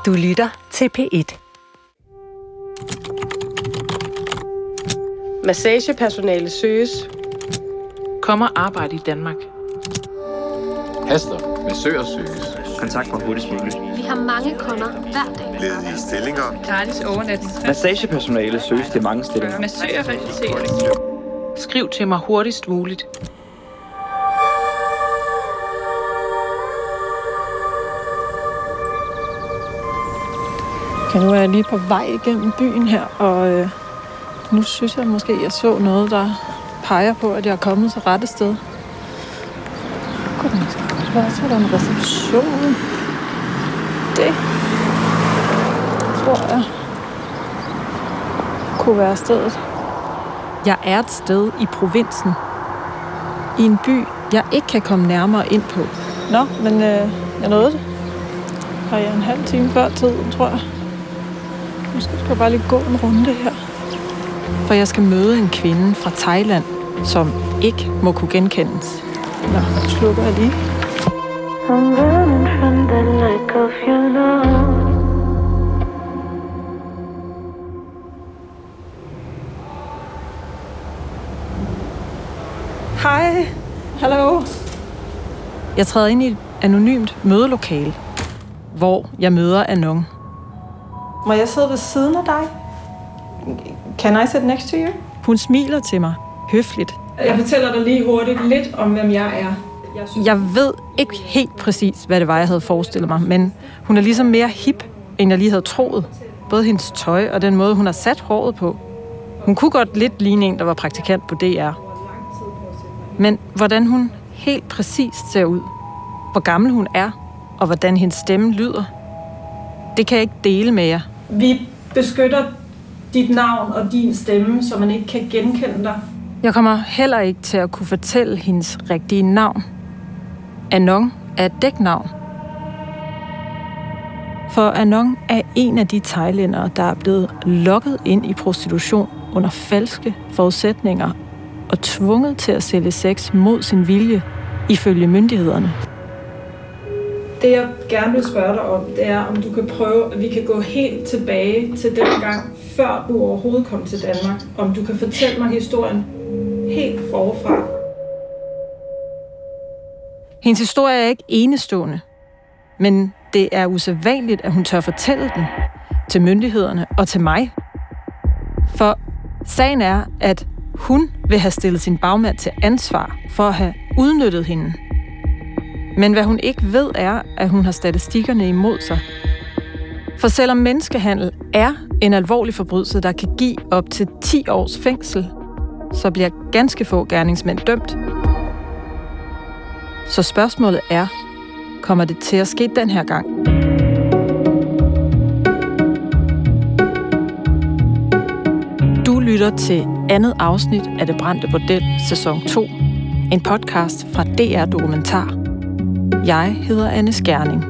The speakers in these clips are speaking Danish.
Du lytter til P1. Massagepersonale søges. Kommer arbejde i Danmark. Haster. Massører søges. Kontakt mig hurtigst muligt. Vi har mange kunder hver dag. Ledige stillinger. Gratis overnatning. Massagepersonale søges til mange stillinger. Massører rekrutteres. Skriv til mig hurtigst muligt. Okay, nu er jeg lige på vej igennem byen her, og nu synes jeg måske, at jeg så noget, der peger på, at jeg er kommet til rette sted. Kunne det måske godt være, så er der en reception. Det tror jeg kunne være stedet. Jeg er et sted i provinsen. I en by, jeg ikke kan komme nærmere ind på. Nå, men jeg nåede det. Har jeg en halv time før tiden, tror jeg. Måske skal jeg bare lige gå en runde her. For jeg skal møde en kvinde fra Thailand, som ikke må kunne genkendes. Nå, så slukker jeg lige. Hej. Hallo. Jeg træder ind i et anonymt mødelokale, hvor jeg møder Anon. Må jeg sidde ved siden af dig? Can I sit next to you? Hun smiler til mig, høfligt. Jeg fortæller dig lige hurtigt lidt om, hvem jeg er. Jeg ved ikke helt præcis, hvad det var, jeg havde forestillet mig, men hun er ligesom mere hip, end jeg lige havde troet. Både hendes tøj og den måde, hun har sat håret på. Hun kunne godt lidt ligne en, der var praktikant på DR. Men hvordan hun helt præcist ser ud, hvor gammel hun er, og hvordan hendes stemme lyder, det kan jeg ikke dele med jer. Vi beskytter dit navn og din stemme, så man ikke kan genkende dig. Jeg kommer heller ikke til at kunne fortælle hendes rigtige navn. Anon er et dæknavn. For Anon er en af de thailændere, der er blevet lokket ind i prostitution under falske forudsætninger og tvunget til at sælge sex mod sin vilje, ifølge myndighederne. Det, jeg gerne vil spørge dig om, det er, om du kan prøve, at vi kan gå helt tilbage til den gang, før du overhovedet kom til Danmark. Om du kan fortælle mig historien helt forfra. Hendes historie er ikke enestående, men det er usædvanligt, at hun tør fortælle den til myndighederne og til mig. For sagen er, at hun vil have stillet sin bagmand til ansvar for at have udnyttet hende. Men hvad hun ikke ved er, at hun har statistikkerne imod sig. For selvom menneskehandel er en alvorlig forbrydelse, der kan give op til 10 års fængsel, så bliver ganske få gerningsmænd dømt. Så spørgsmålet er, kommer det til at ske den her gang? Du lytter til andet afsnit af Det Brændte Bordel, sæson 2. En podcast fra DR Dokumentar. Jeg hedder Anne Skjerning.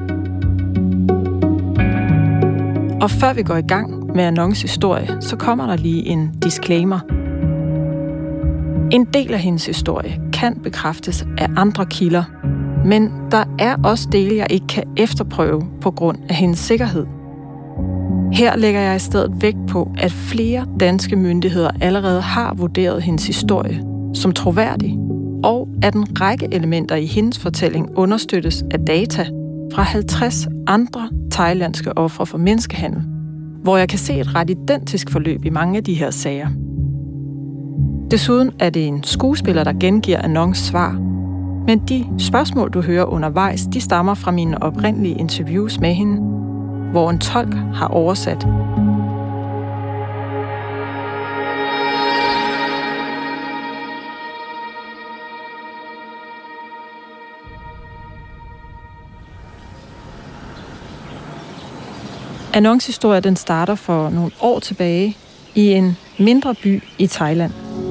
Og før vi går i gang med Anons historie, så kommer der lige en disclaimer. En del af hendes historie kan bekræftes af andre kilder, men der er også dele, jeg ikke kan efterprøve på grund af hendes sikkerhed. Her lægger jeg i stedet vægt på, at flere danske myndigheder allerede har vurderet hendes historie som troværdig, og at en række elementer i hendes fortælling understøttes af data fra 50 andre thailandske ofre for menneskehandel, hvor jeg kan se et ret identisk forløb i mange af de her sager. Desuden er det en skuespiller, der gengiver Anons svar, men de spørgsmål, du hører undervejs, de stammer fra mine oprindelige interviews med hende, hvor en tolk har oversat. Anons historie, den starter for nogle år tilbage i en mindre by i Thailand.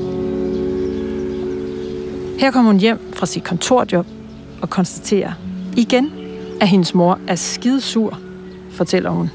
Her kommer hun hjem fra sit kontorjob og konstaterer igen, at hendes mor er skidesur, fortæller hun.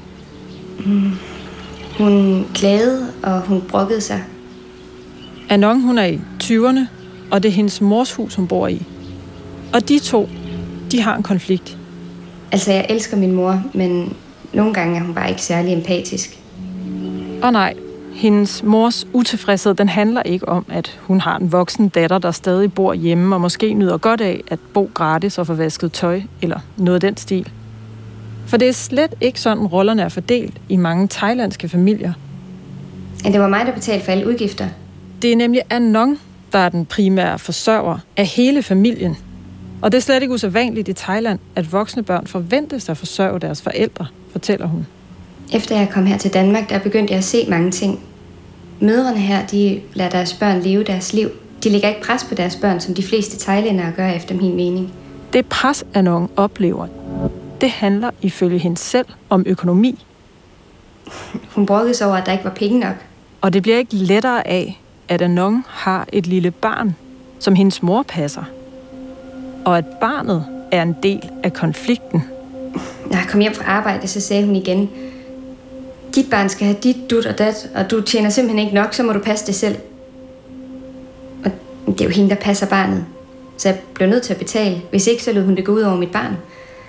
Hun klagede, og hun brokkede sig. Anon, hun er i 20'erne, og det er hendes mors hus, hun bor i. Og de to, de har en konflikt. Altså, jeg elsker min mor, men nogle gange er hun bare ikke særlig empatisk. Og nej, hendes mors utilfredshed, den handler ikke om, at hun har en voksen datter, der stadig bor hjemme og måske nyder godt af at bo gratis og få vasket tøj eller noget af den stil. For det er slet ikke sådan, rollerne er fordelt i mange thailandske familier. Ja, det var mig, der betalte for alle udgifter. Det er nemlig Anong, der er den primære forsørger af hele familien. Og det er slet ikke usædvanligt i Thailand, at voksne børn forventes at forsørge deres forældre, fortæller hun. Efter jeg kom her til Danmark, der begyndte jeg at se mange ting. Mødrene her, de lader deres børn leve deres liv. De lægger ikke pres på deres børn, som de fleste thailændere gør efter min mening. Det pres, Anong oplever, det handler ifølge hende selv om økonomi. Hun brokkede sig over, at der ikke var penge nok. Og det bliver ikke lettere af, at Anong har et lille barn, som hendes mor passer. Og at barnet er en del af konflikten. Når jeg kom hjem fra arbejde, så sagde hun igen, dit barn skal have dit, dut og dat, og du tjener simpelthen ikke nok, så må du passe det selv. Og det er jo hende, der passer barnet. Så jeg blev nødt til at betale. Hvis ikke, så lød hun det gå ud over mit barn.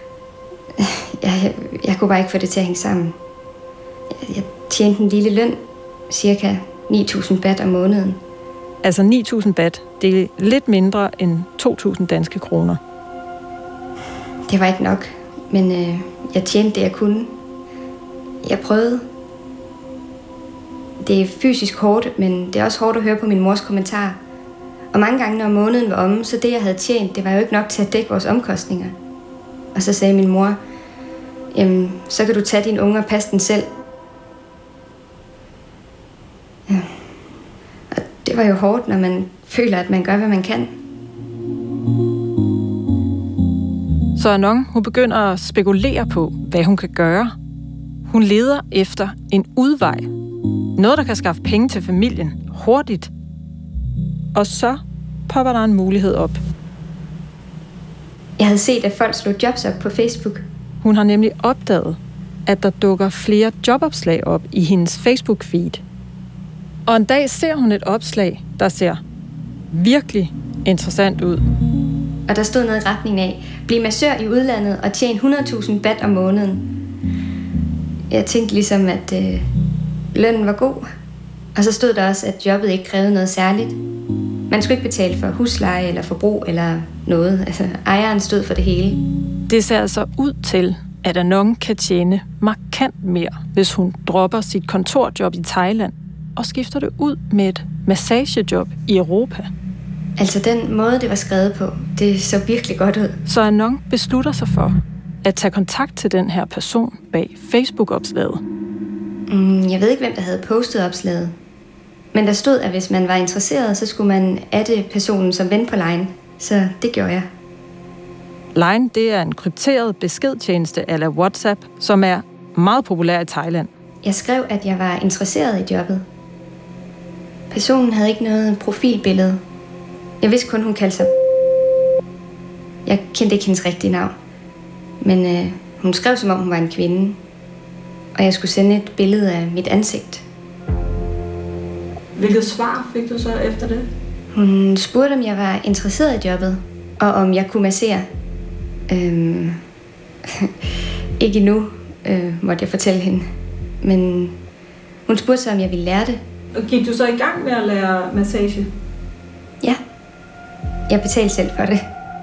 Jeg kunne bare ikke få det til at hænge sammen. Jeg tjente en lille løn, cirka 9.000 baht om måneden. Altså 9.000 baht, det er lidt mindre end 2.000 danske kroner. Det var ikke nok, men jeg tjente det, jeg kunne. Jeg prøvede. Det er fysisk hårdt, men det er også hårdt at høre på min mors kommentarer. Og mange gange, når måneden var omme, så det, jeg havde tjent, det var jo ikke nok til at dække vores omkostninger. Og så sagde min mor, jamen, så kan du tage din unge og passe den selv. Ja. Og det var jo hårdt, når man føler, at man gør, hvad man kan. Så Anong, hun begynder at spekulere på, hvad hun kan gøre. Hun leder efter en udvej. Noget, der kan skaffe penge til familien hurtigt. Og så popper der en mulighed op. Jeg havde set, at folk slog jobs op på Facebook. Hun har nemlig opdaget, at der dukker flere jobopslag op i hendes Facebook-feed. Og en dag ser hun et opslag, der ser virkelig interessant ud. Og der stod noget i retning af, bliv massør i udlandet og tjene 100.000 baht om måneden. Jeg tænkte ligesom, at lønnen var god. Og så stod der også, at jobbet ikke krævede noget særligt. Man skulle ikke betale for husleje eller forbrug eller noget. Altså, ejeren stod for det hele. Det ser altså ud til, at Anong kan tjene markant mere, hvis hun dropper sit kontorjob i Thailand og skifter det ud med et massagejob i Europa. Altså den måde, det var skrevet på, det så virkelig godt ud. Så Anong beslutter sig for at tage kontakt til den her person bag Facebook-opslaget. Jeg ved ikke, hvem der havde postet opslaget. Men der stod, at hvis man var interesseret, så skulle man adde personen som ven på Line. Så det gjorde jeg. Line, det er en krypteret beskedtjeneste a la WhatsApp, som er meget populær i Thailand. Jeg skrev, at jeg var interesseret i jobbet. Personen havde ikke noget profilbillede. Jeg vidste kun, hun kaldte sig. Jeg kendte ikke hendes rigtige navn. Men hun skrev, som om hun var en kvinde. Og jeg skulle sende et billede af mit ansigt. Hvilket svar fik du så efter det? Hun spurgte, om jeg var interesseret i jobbet, og om jeg kunne massere. Ikke endnu, måtte jeg fortælle hende. Men hun spurgte så, om jeg ville lære det. Og gik du så i gang med at lære massage? Ja, jeg betalte selv for det.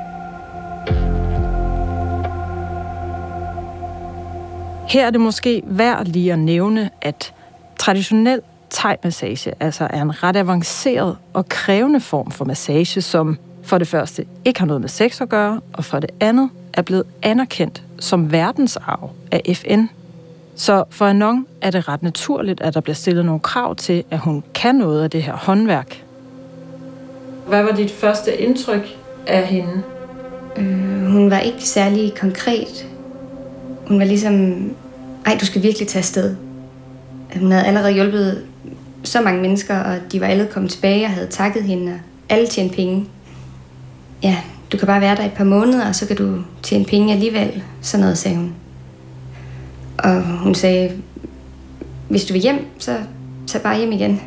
Her er det måske værd lige at nævne, at traditionel thai-massage altså er en ret avanceret og krævende form for massage, som for det første ikke har noget med sex at gøre, og for det andet er blevet anerkendt som verdensarv af FN. Så for Anong er det ret naturligt, at der bliver stillet nogle krav til, at hun kan noget af det her håndværk. Hvad var dit første indtryk af hende? Hun var ikke særlig konkret. Hun var ligesom, du skal virkelig tage afsted. Hun havde allerede hjulpet så mange mennesker, og de var alle kommet tilbage og havde takket hende, og alle tjente penge. Ja, du kan bare være der et par måneder, og så kan du tjene penge alligevel. Sådan noget, sagde hun. Og hun sagde, hvis du vil hjem, så tag bare hjem igen.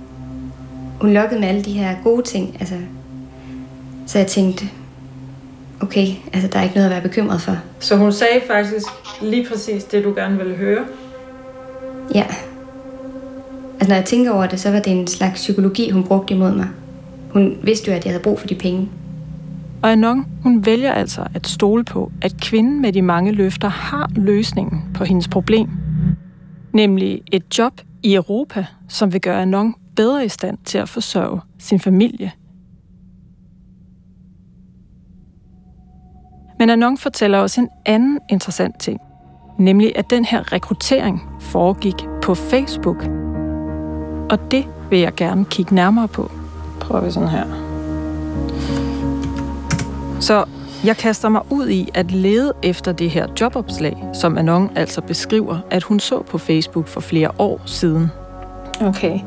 Hun lokkede med alle de her gode ting, altså. Så jeg tænkte, okay, altså der er ikke noget at være bekymret for. Så hun sagde faktisk lige præcis det, du gerne ville høre? Ja. Altså når jeg tænker over det, så var det en slags psykologi, hun brugte imod mig. Hun vidste jo, at jeg havde brug for de penge. Og Anon, hun vælger altså at stole på, at kvinden med de mange løfter har løsningen på hendes problem. Nemlig et job i Europa, som vil gøre Anon bedre i stand til at forsørge sin familie. Men Anon fortæller også en anden interessant ting. Nemlig, at den her rekruttering foregik på Facebook. Og det vil jeg gerne kigge nærmere på. Prøver vi sådan her. Så jeg kaster mig ud i at lede efter det her jobopslag, som Anon altså beskriver, at hun så på Facebook for flere år siden. Okay.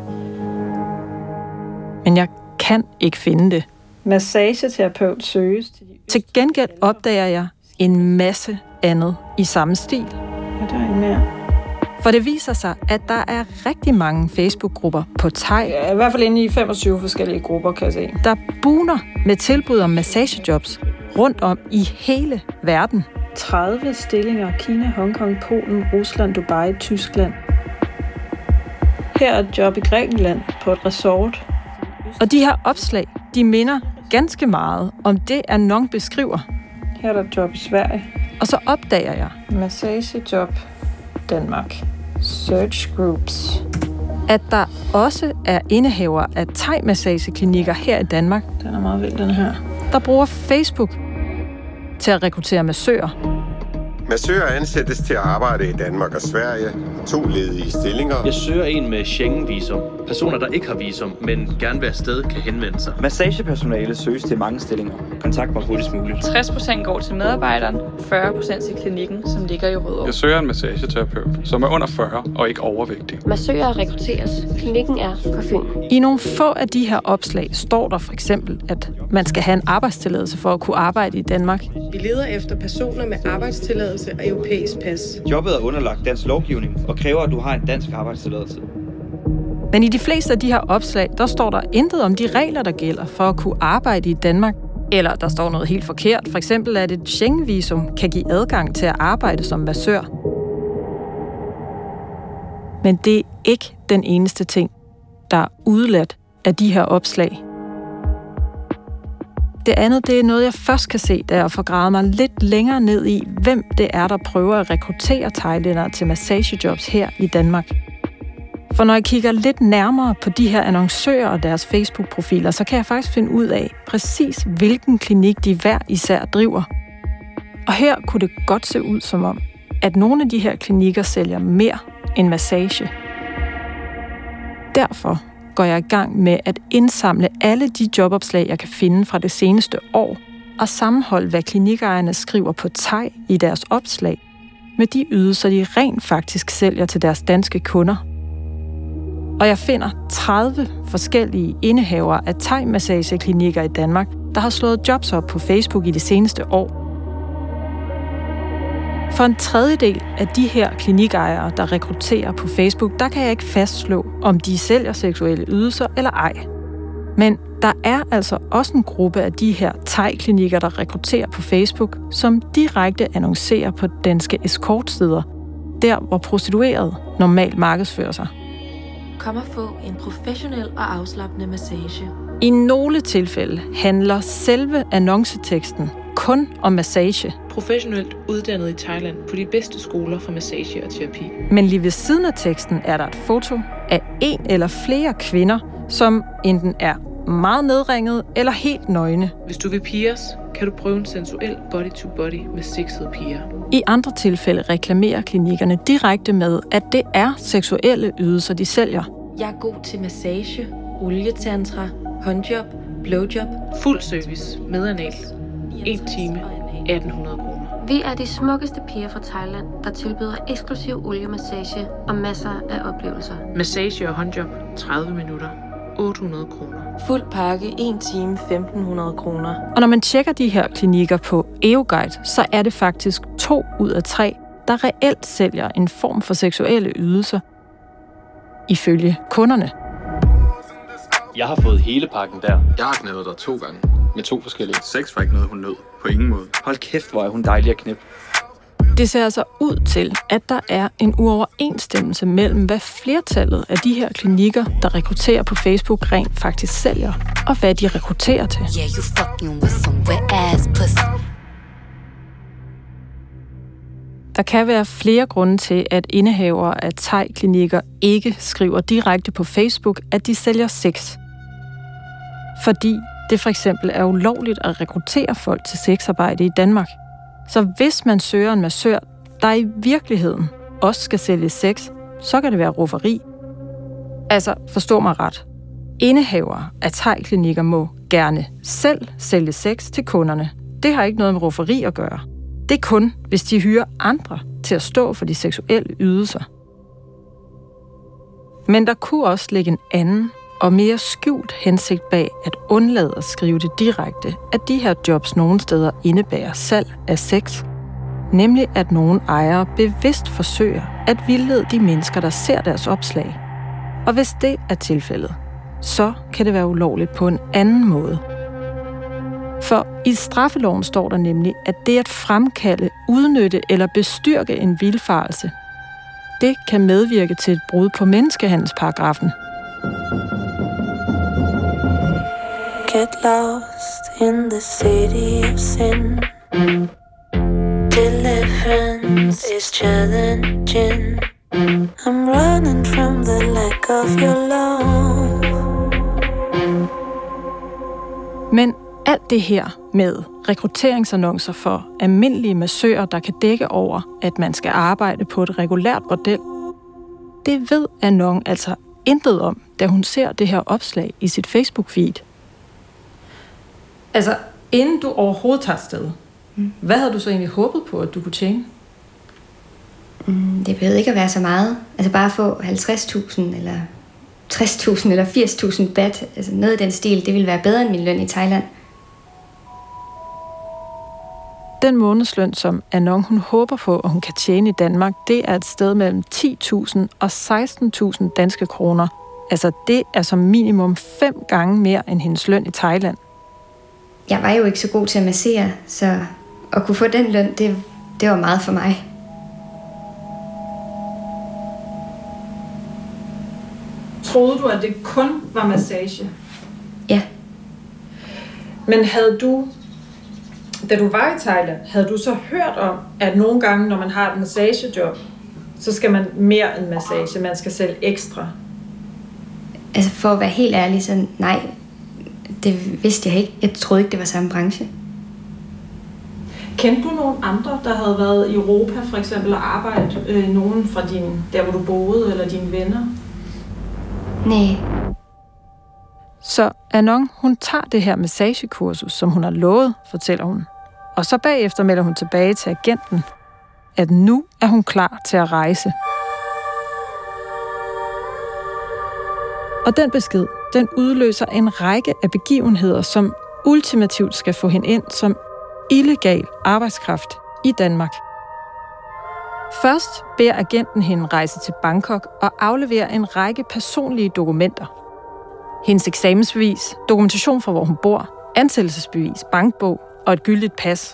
Men jeg kan ikke finde det. Massageterapeut søges. Til gengæld opdager jeg en masse andet i samme stil. Ja, der er en mere. For det viser sig, at der er rigtig mange Facebook-grupper på thai. Ja, i hvert fald inde i 25 forskellige grupper, kan jeg se. Der buner med tilbud om massagejobs rundt om i hele verden. 30 stillinger. Kina, Hongkong, Polen, Rusland, Dubai, Tyskland. Her er et job i Grækenland på et resort. Og de her opslag, de minder ganske meget om det, Anon beskriver. Her er der et job i Sverige. Og så opdager jeg massagejob Danmark. Search groups. At der også er indehaver af thai-massageklinikker her i Danmark. Den er meget vild, den her. Der bruger Facebook til at rekruttere massører. Massører ansættes til at arbejde i Danmark og Sverige. 2 ledige stillinger. Jeg søger en med Schengen-visum. Personer, der ikke har visum, men gerne vil afsted, kan henvende sig. Massagepersonale søges til mange stillinger. Kontakt mig hurtigst muligt. 60% går til medarbejderen, 40% til klinikken, som ligger i Rødovre. Jeg søger en massageterapeut, som er under 40 og ikke overvægtig. Massører rekrutteres. Klinikken er på Fyn. I nogle få af de her opslag står der for eksempel, at man skal have en arbejdstilladelse for at kunne arbejde i Danmark. Vi leder efter personer med arbejdstilladelse og europæisk pas. Jobbet er underlagt dansk lovgivning og kræver, at du har en dansk arbejdstilladelse. Men i de fleste af de her opslag, der står der intet om de regler, der gælder for at kunne arbejde i Danmark. Eller der står noget helt forkert. For eksempel, at et Schengen-visum kan give adgang til at arbejde som massør. Men det er ikke den eneste ting, der er udeladt af de her opslag. Det andet, det er noget, jeg først kan se, da jeg får gravet mig lidt længere ned i, hvem det er, der prøver at rekruttere thailændere til massagejobs her i Danmark. For når jeg kigger lidt nærmere på de her annoncører og deres Facebook-profiler, så kan jeg faktisk finde ud af præcis, hvilken klinik de hver især driver. Og her kunne det godt se ud som om, at nogle af de her klinikker sælger mere end massage. Derfor går jeg i gang med at indsamle alle de jobopslag, jeg kan finde fra det seneste år, og sammenholde, hvad klinikejerne skriver på thai i deres opslag, med de ydelser, de rent faktisk sælger til deres danske kunder. Og jeg finder 30 forskellige indehavere af thai-massageklinikker i Danmark, der har slået jobs op på Facebook i det seneste år. For en tredjedel af de her klinikejere, der rekrutterer på Facebook, der kan jeg ikke fastslå, om de sælger seksuelle ydelser eller ej. Men der er altså også en gruppe af de her thai-klinikker, der rekrutterer på Facebook, som direkte annoncerer på danske escortsider, der hvor prostituerede normalt markedsfører sig. Kom og få en professionel og afslappende massage. I nogle tilfælde handler selve annonceteksten kun om massage. Professionelt uddannet i Thailand på de bedste skoler for massage og terapi. Men lige ved siden af teksten er der et foto af en eller flere kvinder, som enten er meget nedringet eller helt nøgne. Hvis du vil piers, kan du prøve en sensuel body-to-body med sexede piger. I andre tilfælde reklamerer klinikkerne direkte med, at det er seksuelle ydelser, de sælger. Jeg er god til massage, olietantra, håndjob, blowjob. Fuld service med anal. 1 time, 1800 kroner. Vi er de smukkeste piger fra Thailand, der tilbyder eksklusiv oliemassage og masser af oplevelser. Massage og håndjob, 30 minutter, 800 kroner. Fuld pakke, 1 time, 1500 kroner. Og når man tjekker de her klinikker på EOGuide, så er det faktisk 2 ud af 3, der reelt sælger en form for seksuelle ydelser, ifølge kunderne. Jeg har fået hele pakken der. Jeg har knædet dig 2 gange. med 2 forskellige. Sex var ikke noget, hun nød. På ingen måde. Hold kæft, hvor er hun dejlig at knippe. Det ser altså ud til, at der er en uoverensstemmelse mellem, hvad flertallet af de her klinikker, der rekrutterer på Facebook, rent faktisk sælger, og hvad de rekrutterer til. Der kan være flere grunde til, at indehavere af thai-klinikker ikke skriver direkte på Facebook, at de sælger sex. Fordi det for eksempel er ulovligt at rekruttere folk til sexarbejde i Danmark. Så hvis man søger en massør, der i virkeligheden også skal sælge sex, så kan det være rufferi. Altså, forstå mig ret. Indehavere af thai-klinikker må gerne selv sælge sex til kunderne. Det har ikke noget med rufferi at gøre. Det er kun, hvis de hyrer andre til at stå for de seksuelle ydelser. Men der kunne også ligge en anden og mere skjult hensigt bag at undlade at skrive det direkte, at de her jobs nogle steder indebærer salg af sex. Nemlig at nogle ejere bevidst forsøger at vildlede de mennesker, der ser deres opslag. Og hvis det er tilfældet, så kan det være ulovligt på en anden måde. For i straffeloven står der nemlig, at det at fremkalde, udnytte eller bestyrke en vildfarelse, det kan medvirke til et brud på menneskehandelsparagraffen. Get lost in the city of sin. Deliverance is challenging. I'm running from the lack of your love. Men alt det her med rekrutteringsannoncer for almindelige massører, der kan dække over, at man skal arbejde på et regulært bordel, det ved Anon altså intet om, da hun ser det her opslag i sit Facebook-feed. Altså, inden du overhovedet tager afsted, hvad havde du så egentlig håbet på, at du kunne tjene? Det behøvede ikke at være så meget. Altså bare få 50.000 eller 60.000 eller 80.000 baht. Altså noget af den stil, det ville være bedre end min løn i Thailand. Den månedsløn, som Anon hun håber på, at hun kan tjene i Danmark, det er et sted mellem 10.000 og 16.000 danske kroner. Altså det er som minimum 5 gange mere end hendes løn i Thailand. Jeg var jo ikke så god til at massere, så at kunne få den løn, det var meget for mig. Troede du, at det kun var massage? Ja. Men havde du, da du var i Thailand, havde du så hørt om, at nogle gange, når man har et massagejob, så skal man mere end massage, man skal sælge ekstra? Altså for at være helt ærlig, så nej, det vidste jeg ikke. Jeg troede ikke, det var samme branche. Kendte du nogen andre, der havde været i Europa for eksempel og arbejdet? Nogen fra der, hvor du boede, eller dine venner? Nej. Så Anon, hun tager det her massagekursus, som hun har lovet, fortæller hun. Og så bagefter melder hun tilbage til agenten, at nu er hun klar til at rejse. Og den besked, den udløser en række af begivenheder, som ultimativt skal få hende ind som illegal arbejdskraft i Danmark. Først beder agenten hende rejse til Bangkok og aflevere en række personlige dokumenter. Hendes eksamensbevis, dokumentation for, hvor hun bor, ansættelsesbevis, bankbog og et gyldigt pas.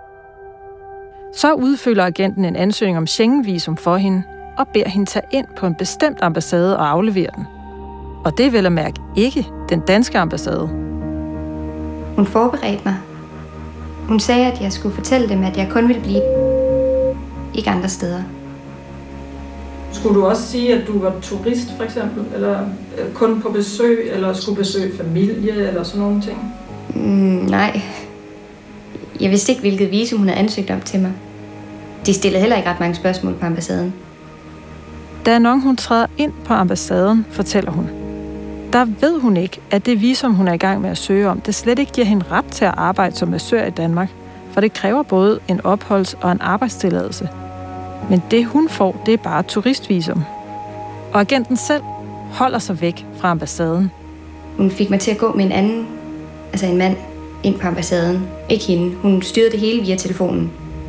Så udfylder agenten en ansøgning om Schengen-visum for hende og beder hende tage ind på en bestemt ambassade og aflevere den. Og det er vel at mærke ikke den danske ambassade. Hun forberedte mig. Hun sagde, at jeg skulle fortælle dem, at jeg kun ville blive ikke andre steder. Skulle du også sige, at du var turist for eksempel, eller kun på besøg, eller skulle besøge familie, eller sådan nogle ting? Nej. Jeg vidste ikke, hvilket visum hun havde ansøgt om til mig. De stillede heller ikke ret mange spørgsmål på ambassaden. Da Anon hun træder ind på ambassaden, fortæller hun, der ved hun ikke, at det visum, hun er i gang med at søge om, det slet ikke giver hende ret til at arbejde som massør i Danmark, for det kræver både en opholds- og en arbejdstilladelse. Men det, hun får, det er bare turistvisum. Og agenten selv holder sig væk fra ambassaden. Hun fik mig til at gå med en anden, altså en mand, ind på ambassaden. Ikke hende. Hun styrede det hele via telefonen.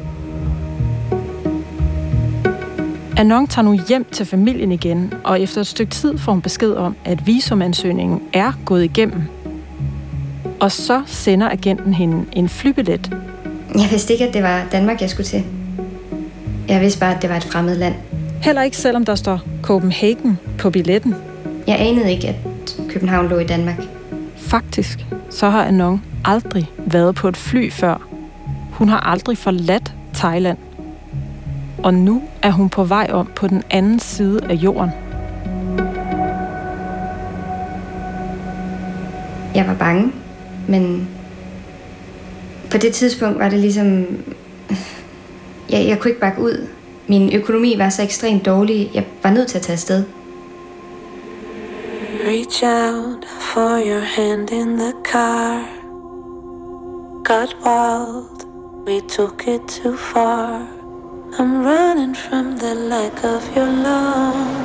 Anon tager nu hjem til familien igen, og efter et stykke tid får hun besked om, at visumansøgningen er gået igennem. Og så sender agenten hende en flybillet. Jeg vidste ikke, at det var Danmark, jeg skulle til. Jeg vidste bare, at det var et fremmed land. Heller ikke selvom der står Copenhagen på billetten. Jeg anede ikke, at København lå i Danmark. Faktisk, så har Anon aldrig været på et fly før. Hun har aldrig forladt Thailand. Og nu er hun på vej om på den anden side af jorden. Jeg var bange, men på det tidspunkt var det ligesom... Jeg kunne ikke bakke ud. Min økonomi var så ekstremt dårlig. Jeg var nødt til at tage afsted. Reach out for your hand in the car. Got wild, we took it too far. I'm running from the lack of your love.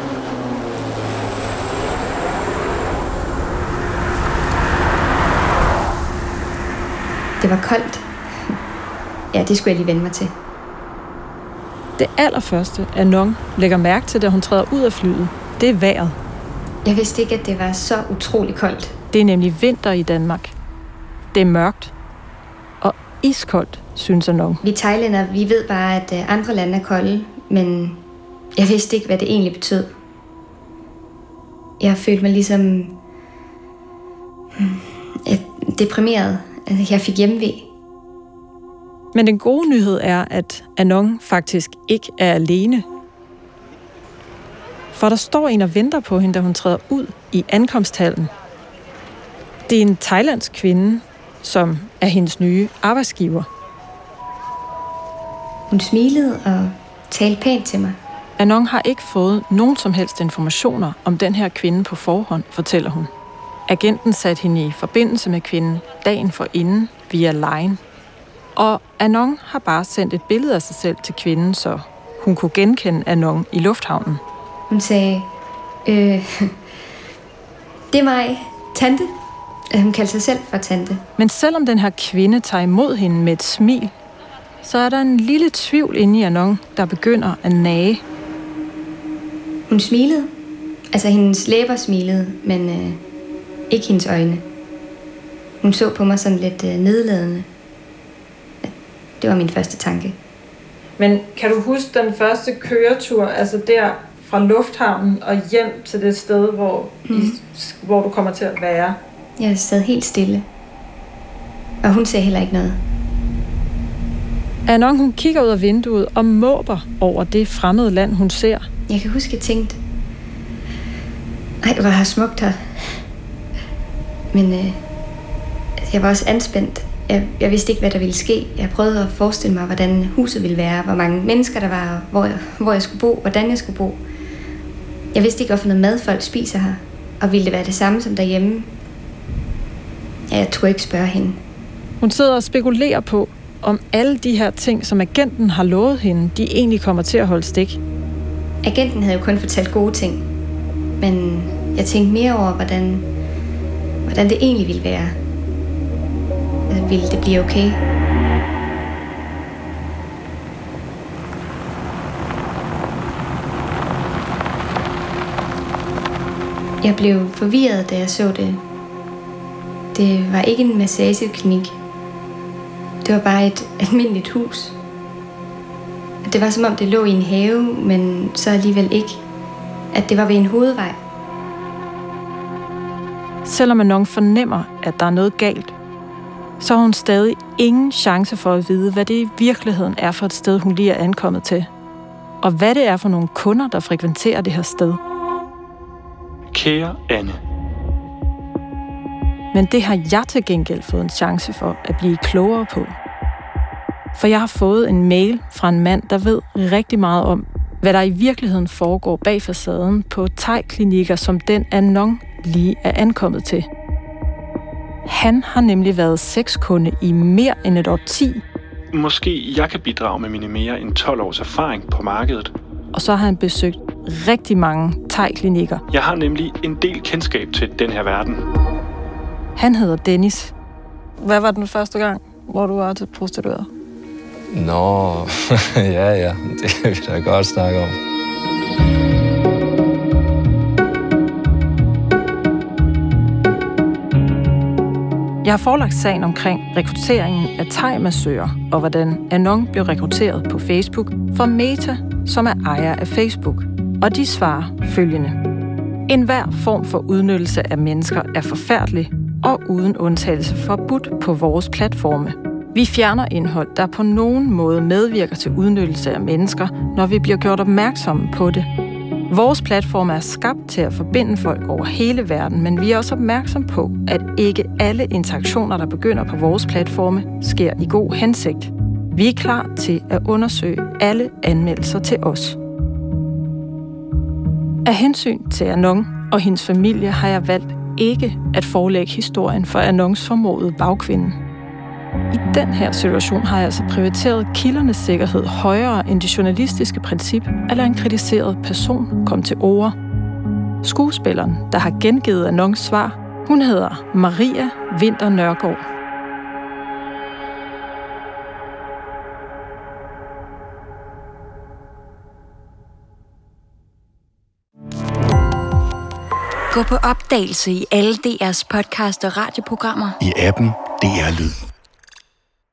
Det var koldt. Ja, det skulle jeg lige vende mig til. Det allerførste, Anon lægger mærke til, da hun træder ud af flyet, det er vejret. Jeg vidste ikke, at det var så utrolig koldt. Det er nemlig vinter i Danmark. Det er mørkt og iskoldt, synes Anon. Vi thailændere, vi ved bare, at andre lande er kolde, men jeg vidste ikke, hvad det egentlig betød. Jeg følte mig ligesom deprimeret. Jeg fik hjemve. Men den gode nyhed er, at Anon faktisk ikke er alene. For der står en og venter på hende, da hun træder ud i ankomsthallen. Det er en thailandsk kvinde, som er hendes nye arbejdsgiver. Hun smilede og talte pænt til mig. Anon har ikke fået nogen som helst informationer om den her kvinde på forhånd, fortæller hun. Agenten satte hende i forbindelse med kvinden dagen forinden via Line. Og Anon har bare sendt et billede af sig selv til kvinden, så hun kunne genkende Anon i lufthavnen. Hun sagde, det er mig, tante. Hun kaldte sig selv for tante. Men selvom den her kvinde tager imod hende med et smil, så er der en lille tvivl inde i Anon, der begynder at nage. Hun smilede. Altså hendes læber smilede, men ikke hendes øjne. Hun så på mig sådan lidt nedladende. Det var min første tanke. Men kan du huske den første køretur, altså der fra lufthavnen og hjem til det sted, hvor du kommer til at være? Jeg sad helt stille. Og hun sagde heller ikke noget. Anon, hun kigger ud af vinduet og måber over det fremmede land, hun ser. Jeg kan huske, at jeg tænkte, ej, hvor har smukt her. Men jeg var også anspændt. Jeg vidste ikke, hvad der ville ske. Jeg prøvede at forestille mig, hvordan huset ville være, hvor mange mennesker der var, hvor jeg skulle bo, hvordan jeg skulle bo. Jeg vidste ikke, hvorfor noget mad folk spiser her, og ville det være det samme som derhjemme. Jeg turde ikke spørge hende. Hun sidder og spekulerer på, om alle de her ting, som agenten har lovet hende, de egentlig kommer til at holde stik. Agenten havde jo kun fortalt gode ting, men jeg tænkte mere over, hvordan det egentlig ville være. Ville det blive okay? Jeg blev forvirret, da jeg så det. Det var ikke en massageklinik. Det var bare et almindeligt hus. Det var som om det lå i en have, men så alligevel ikke. At det var ved en hovedvej. Selvom Anon fornemmer, at der er noget galt, så har hun stadig ingen chance for at vide, hvad det i virkeligheden er for et sted, hun lige er ankommet til. Og hvad det er for nogle kunder, der frekventerer det her sted. Kære Anne. Men det har jeg til gengæld fået en chance for at blive klogere på. For jeg har fået en mail fra en mand, der ved rigtig meget om, hvad der i virkeligheden foregår bag facaden på thai-klinikker, som den Anon lige er ankommet til. Han har nemlig været sexkunde i mere end et årti. Måske jeg kan bidrage med mine mere end 12 års erfaring på markedet. Og så har han besøgt rigtig mange thai-klinikker. Jeg har nemlig en del kendskab til den her verden. Han hedder Dennis. Hvad var den første gang, hvor du var til prostitueret? Nå, ja, det kan vi da godt snakke om. Jeg har forelagt sagen omkring rekrutteringen af thai-massører, og hvordan Anon blev rekrutteret på Facebook fra Meta, som er ejer af Facebook. Og de svarer følgende. Enhver form for udnyttelse af mennesker er forfærdelig og uden undtagelse forbudt på vores platforme. Vi fjerner indhold, der på nogen måde medvirker til udnyttelse af mennesker, når vi bliver gjort opmærksomme på det. Vores platform er skabt til at forbinde folk over hele verden, men vi er også opmærksom på, at ikke alle interaktioner, der begynder på vores platforme, sker i god hensigt. Vi er klar til at undersøge alle anmeldelser til os. Af hensyn til Anon og hendes familie har jeg valgt ikke at forelægge historien for Anons formodede bagkvinde. I den her situation har jeg altså prioriteret kildernes sikkerhed højere end det journalistiske princip, eller en kritiseret person kom til orde. Skuespilleren, der har gengivet Anons svar, hun hedder Maria Winther Nørgaard. Gå på opdagelse i alle DR's podcast og radioprogrammer. I appen DR Lyd.